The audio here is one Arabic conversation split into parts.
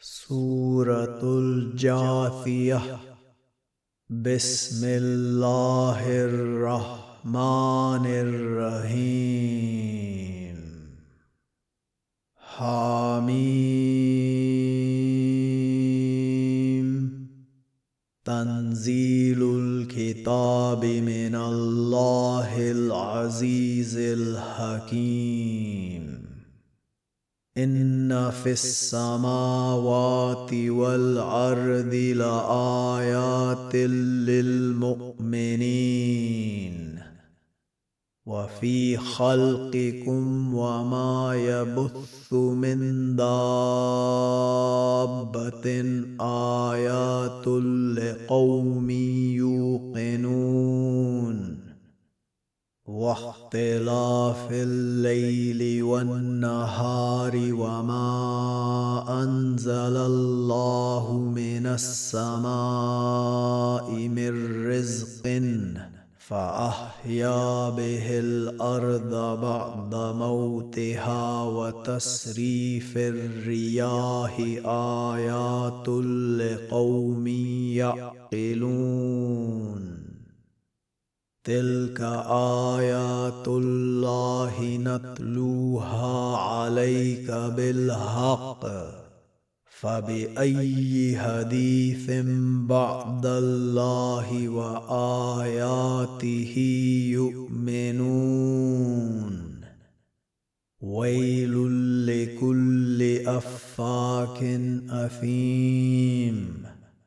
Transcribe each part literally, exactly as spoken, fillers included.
سورة الجاثية. بسم الله الرحمن الرحيم. حميم. تنزيل الكتاب من الله العزيز الحكيم. إن في السماوات والأرض لآيات للمؤمنين وفي خلقكم وما يبث من دابة آيات لقوم يوقنون. واختلاف الليل والنهار وما أنزل الله من السماء من رزق فأحيا به الأرض بعد موتها وتصريف الرياح آيات لقوم يعقلون. تلك آيات الله نتلوها عليك بالحق فبأي حديث بعد الله وآياته يؤمنون. ويل لكل أفاك أثيم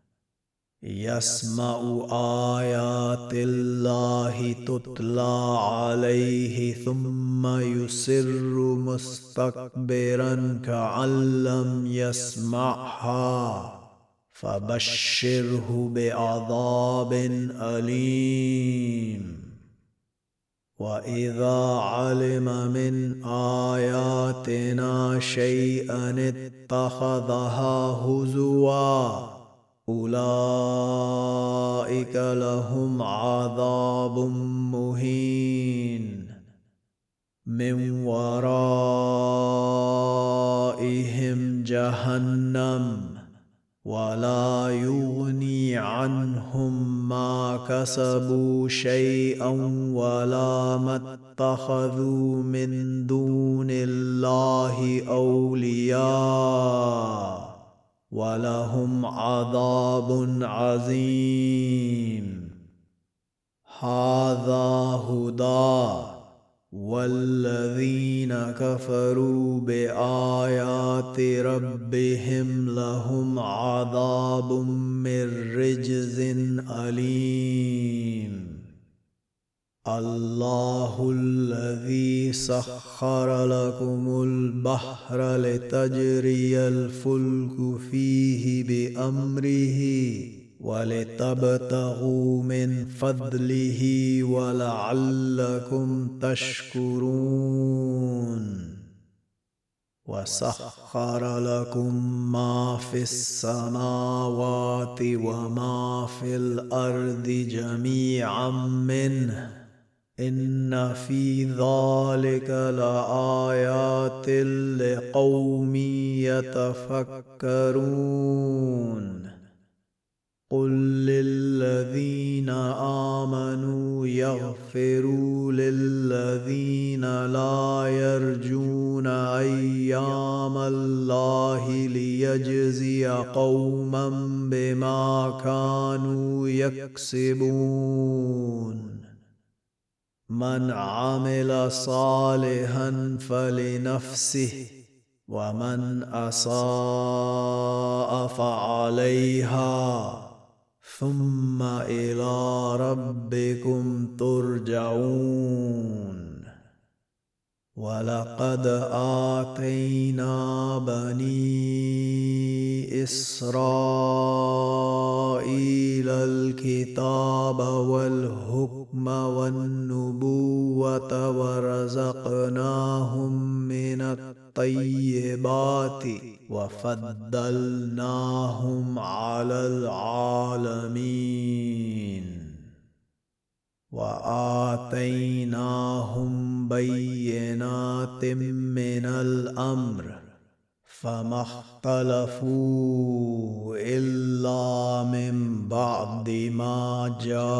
يسمع آيات الله تتلى عليه ثم يصر مستكبرا كأن لم يسمعها فبشره بعذاب أليم. وإذا علم من آياتنا شيئا اتخذها هزوا أولئك لهم عذاب مهين من ورائهم جهنم ولا يغني عنهم ما كسبوا شيئا ولا ما اتخذوا من دون الله أولياء ولهم عذاب عظيم. هذا هدى والذين كفروا بآيات ربهم لهم عذاب من رجز أليم. الله الذي سخر لكم البحر لتجري الفلك فيه بأمره ولتبتغوا من فضله ولعلكم تشكرون. وسخر لكم ما في السماوات وما في الأرض جميعا منه إن في ذلك لآيات لقوم يتفكرون. قل للذين آمنوا يغفروا للذين لا يرجون أيام الله ليجزي قوما بما كانوا يكسبون. من عمل صالحا فلنفسه ومن أساء فعليها ثم إلى ربكم ترجعون. ولقد آتينا بني إسرائيل الكتاب والحكم والنبوة ورزقناهم من الطيبات وفضلناهم على العالمين. وآتيناهم بينات من الأمر فما اختلفوا إلا من بعد ما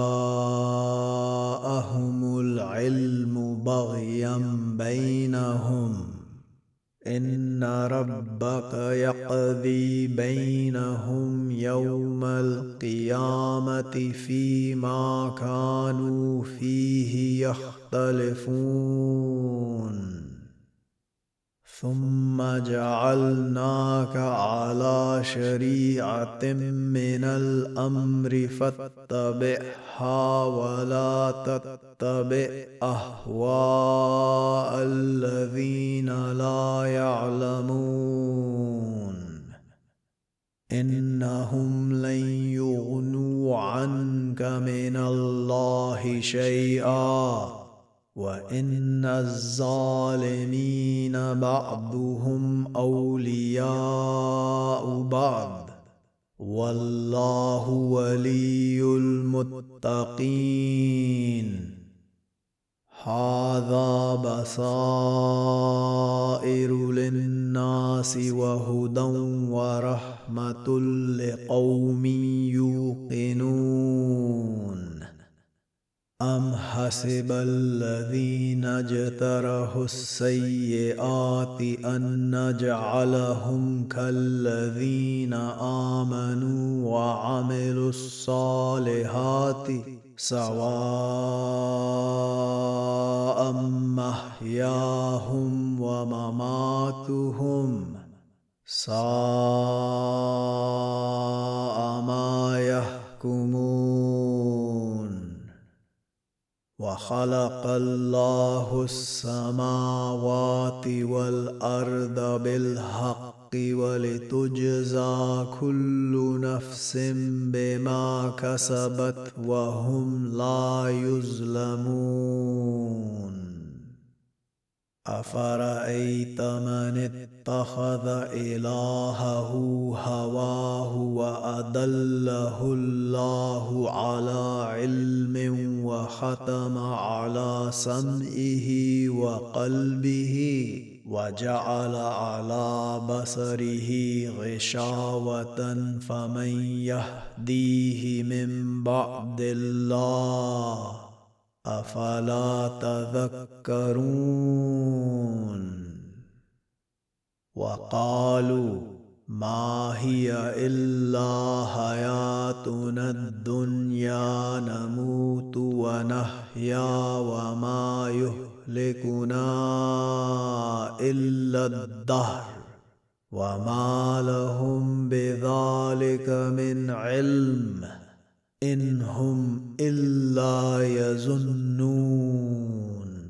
جاءهم العلم بغيا بينهم إن ربك يقضي بينهم يوم القيامة فيما كانوا فيه يختلفون ثم جعلناك على شريعة من الأمر فاتبعها ولا تتبع أهواء الذين لا يعلمون إنهم لن يغنوا عنك من الله شيئا وإن الظالمين بعضهم أولياء بعض والله ولي المتقين هذا بصائر للناس وهدى ورحمة لقوم يوقنون أم حسب الذين اجترحوا السيئات أن نجعلهم كالذين آمنوا وعملوا الصالحات سواء محياهم ومماتهم ساء ما يحكمون وخلق الله السماوات والأرض بالحق ولتجزى كل نفس بما كسبت وهم لا يظلمون أفرأيت من اتخذ إلهه هواه وأضله الله على علم وختم على سمعه وقلبه وجعل على بصره غشاوة فمن يهديه من بعد الله أفلا تذكرون وقالوا ما هي إلا حياتنا الدنيا نموت ونحيا وما يهلكنا إلا الدهر وما لهم بذلك من علم إن هم إلا يظنون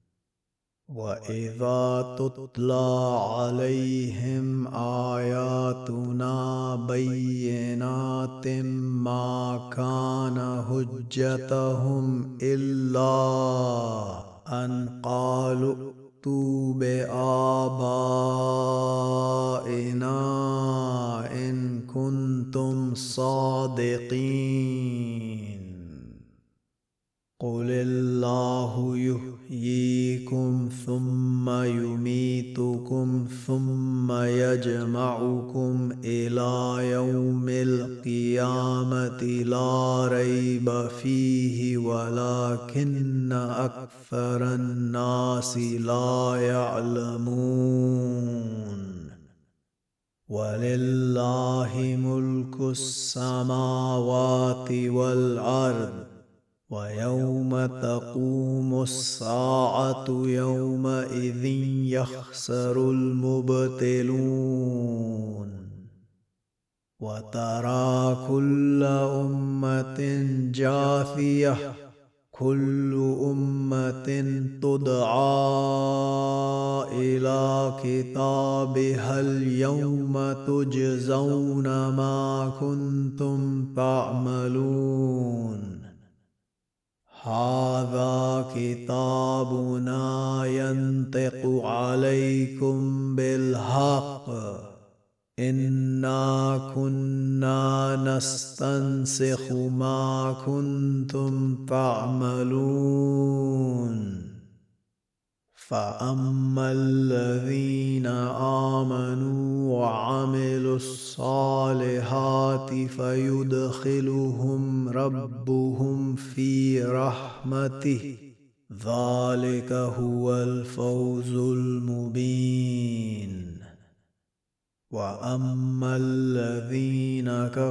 وإذا تتلى عليهم آياتنا بينات ما كان حجتهم إلا أن قالوا ائتوا بآبائنا إن كنتم صادقين قل الله يحييكم ثم يميتكم ثم يجمعكم إلى يوم القيامة لا ريب فيه ولكن أكثر الناس لا يعلمون ولله ملك السماوات والأرض ويوم تقوم الساعة يومئذ يخسر المبطلون وترى كل أمة جاثية كل أمة تدعى إلى كتابها اليوم تجزون ما كنتم تعملون هذا كتابنا ينطق عليكم بالحق إنا كنا نستنسخ ما كنتم تعملون فأما الذين آمنوا وعملوا الصالحات فيدخلهم ربهم في رحمته ذلك هو الفوز المبين. وأما الذين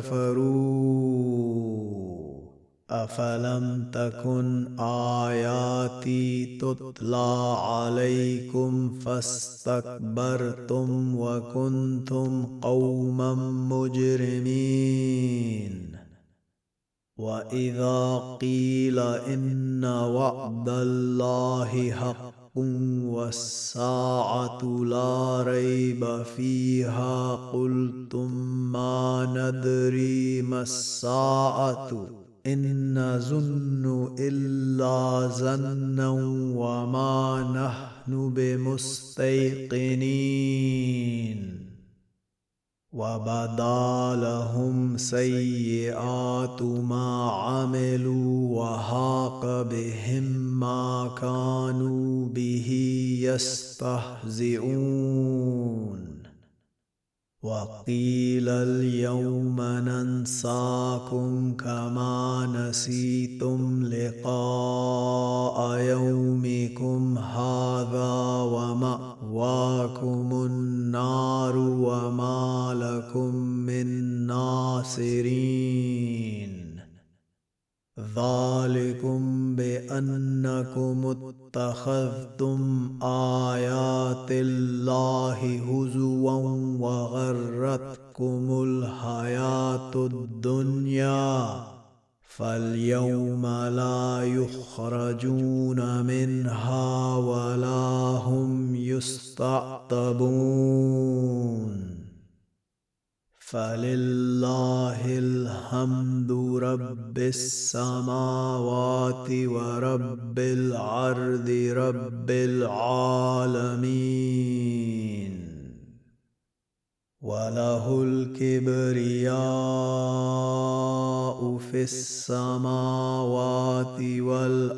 كفروا أفلم تكن آياتي تتلى عليكم فاستكبرتم وكنتم قوما مجرمين. وإذا قيل إن وعد الله حق والساعة لا ريب فيها قلتم ما ندري ما الساعة إن نظن إلا ظنا وما نحن بمستيقنين. وبدا لهم سيئات ما عملوا وحاق بهم ما كانوا به يستهزئون. وقيل اليوم ننساكم كما نسيتم لقاء يومكم هذا ومأواكم النار وما لكم من ناصرين. ذلكم بأنكم اتخذتم آيات الله هزوا وغرتكم الحياة الدنيا فاليوم لا يخرجون منها ولا هم يستعتبون. فلله الحمد رب السماوات ورب الأرض رب العالمين. وله الكبرياء في السماوات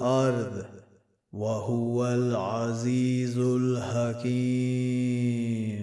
والأرض وهو العزيز الحكيم.